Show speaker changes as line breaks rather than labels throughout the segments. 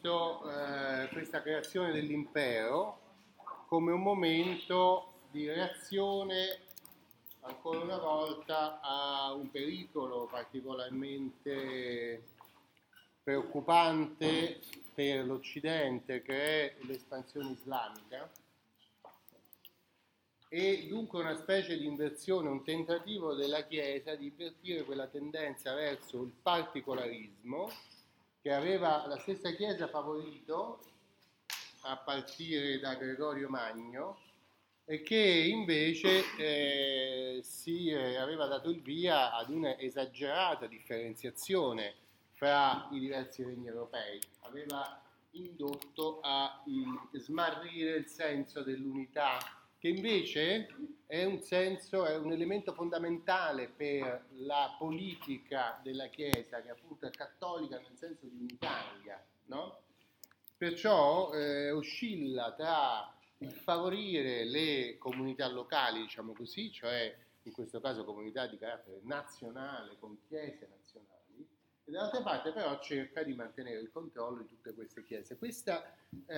visto questa creazione dell'impero come un momento di reazione ancora una volta a un pericolo particolarmente preoccupante per l'Occidente, che è l'espansione islamica, e dunque una specie di inversione, un tentativo della Chiesa di invertire quella tendenza verso il particolarismo che aveva la stessa Chiesa favorito a partire da Gregorio Magno e che invece aveva dato il via ad una esagerata differenziazione fra i diversi regni europei, aveva indotto a smarrire il senso dell'unità, che invece è un elemento fondamentale per la politica della Chiesa, che appunto è cattolica nel senso di unitaria, no? Perciò oscilla tra il favorire le comunità locali, diciamo così, cioè in questo caso comunità di carattere nazionale, con chiese nazionali, e dall'altra parte però cerca di mantenere il controllo di tutte queste chiese. Questa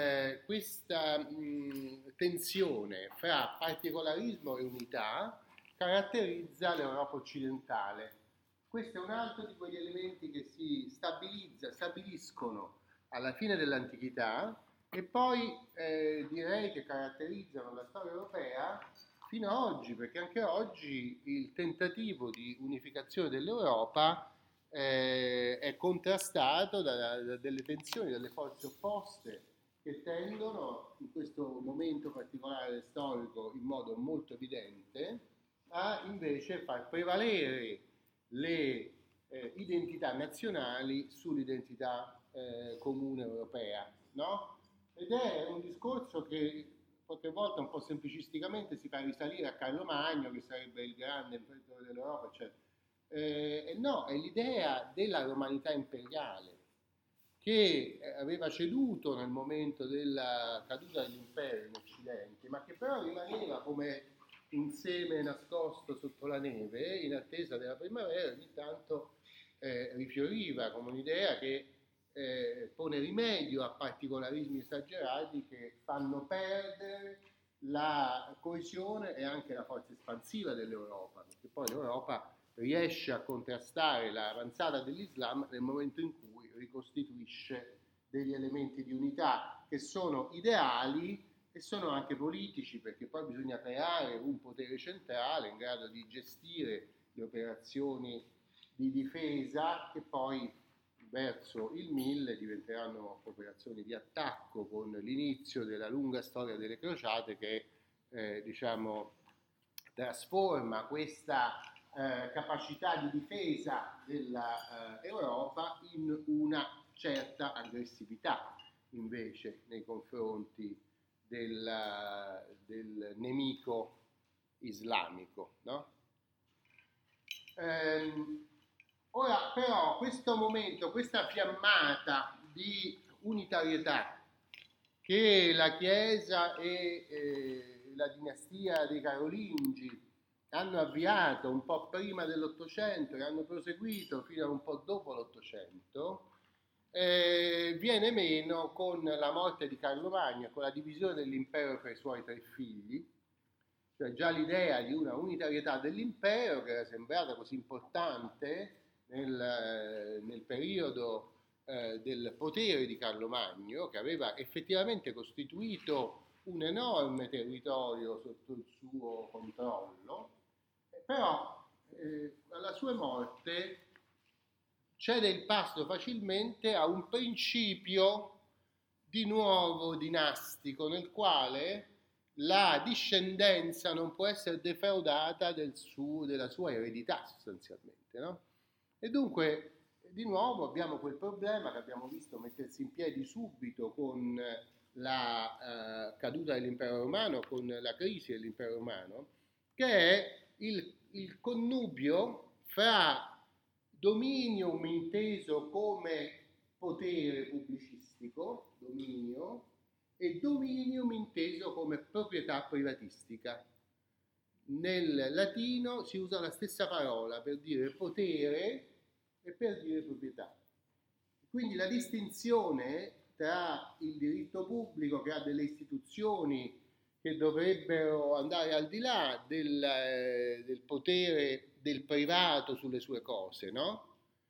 tensione fra particolarismo e unità caratterizza l'Europa occidentale. Questo è un altro di quegli elementi che si stabiliscono alla fine dell'antichità e poi direi che caratterizzano la storia europea fino ad oggi, perché anche oggi il tentativo di unificazione dell'Europa è contrastato da delle tensioni, dalle forze opposte che tendono in questo momento particolare storico in modo molto evidente a invece far prevalere le identità nazionali sull'identità comune europea, no? Ed è un discorso che qualche volta un po' semplicisticamente si fa risalire a Carlo Magno, che sarebbe il grande imperatore dell'Europa, eccetera. No, è l'idea della romanità imperiale che aveva ceduto nel momento della caduta dell'impero in Occidente, ma che però rimaneva come un seme nascosto sotto la neve in attesa della primavera. Ogni tanto rifioriva come un'idea che pone rimedio a particolarismi esagerati che fanno perdere la coesione e anche la forza espansiva dell'Europa, perché poi l'Europa riesce a contrastare l'avanzata dell'Islam nel momento in cui ricostituisce degli elementi di unità che sono ideali e sono anche politici, perché poi bisogna creare un potere centrale in grado di gestire le operazioni di difesa che poi verso il 1000 diventeranno operazioni di attacco, con l'inizio della lunga storia delle crociate che trasforma questa capacità di difesa dell'Europa in una certa aggressività invece nei confronti del nemico islamico, no? Ora però questo momento, questa fiammata di unitarietà che la Chiesa e la dinastia dei Carolingi hanno avviato un po' prima dell'Ottocento e hanno proseguito fino a un po' dopo l'Ottocento, viene meno con la morte di Carlo Magno, con la divisione dell'impero fra i suoi tre figli, cioè già l'idea di una unitarietà dell'impero che era sembrata così importante nel periodo del potere di Carlo Magno, che aveva effettivamente costituito un enorme territorio sotto il suo controllo, però alla sua morte cede il passo facilmente a un principio di nuovo dinastico nel quale la discendenza non può essere defraudata della sua eredità sostanzialmente, no? E dunque di nuovo abbiamo quel problema che abbiamo visto mettersi in piedi subito con la caduta dell'impero romano, con la crisi dell'impero romano, che è il connubio fra dominium inteso come potere pubblicistico, dominio, e dominium inteso come proprietà privatistica. Nel latino si usa la stessa parola per dire potere e per dire proprietà. Quindi la distinzione tra il diritto pubblico, che ha delle istituzioni che dovrebbero andare al di là del potere del privato sulle sue cose, no?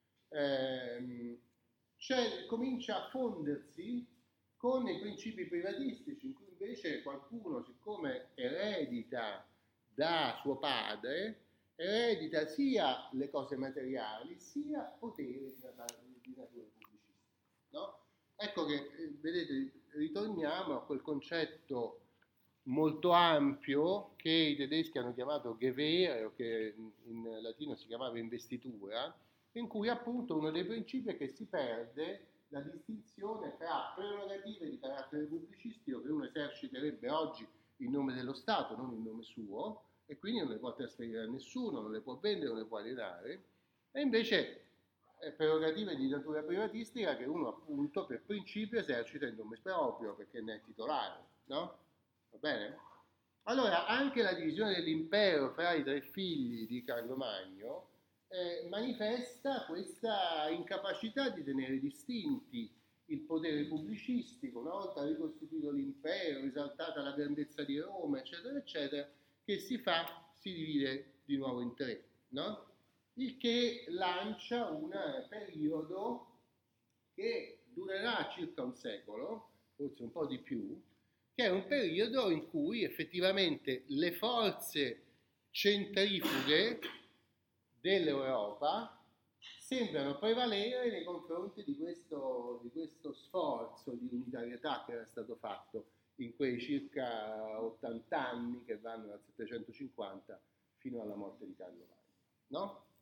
Comincia a fondersi con i principi privatistici, in cui invece qualcuno, siccome eredita da suo padre, eredita sia le cose materiali sia potere di natura pubblicistica, no? Ecco che, vedete, ritorniamo a quel concetto molto ampio che i tedeschi hanno chiamato Gewehre, o che in latino si chiamava investitura, in cui appunto uno dei principi è che si perde la distinzione tra prerogative di carattere pubblicistico che uno eserciterebbe oggi in nome dello Stato, non in nome suo, e quindi non le può trasferire a nessuno, non le può vendere, non le può alienare, e invece prerogative di natura privatistica che uno appunto per principio esercita in nome proprio perché ne è titolare, no? Va bene? Allora, anche la divisione dell'impero fra i tre figli di Carlo Magno manifesta questa incapacità di tenere distinti il potere pubblicistico, una volta ricostituito l'impero, risaltata la grandezza di Roma, eccetera, eccetera, che si divide di nuovo in tre, no? Il che lancia un periodo che durerà circa un secolo, forse un po' di più, che è un periodo in cui effettivamente le forze centrifughe dell'Europa sembrano prevalere nei confronti di questo sforzo di unitarietà che era stato fatto in quei circa 80 anni che vanno dal 750 fino alla morte di Carlo Magno, no?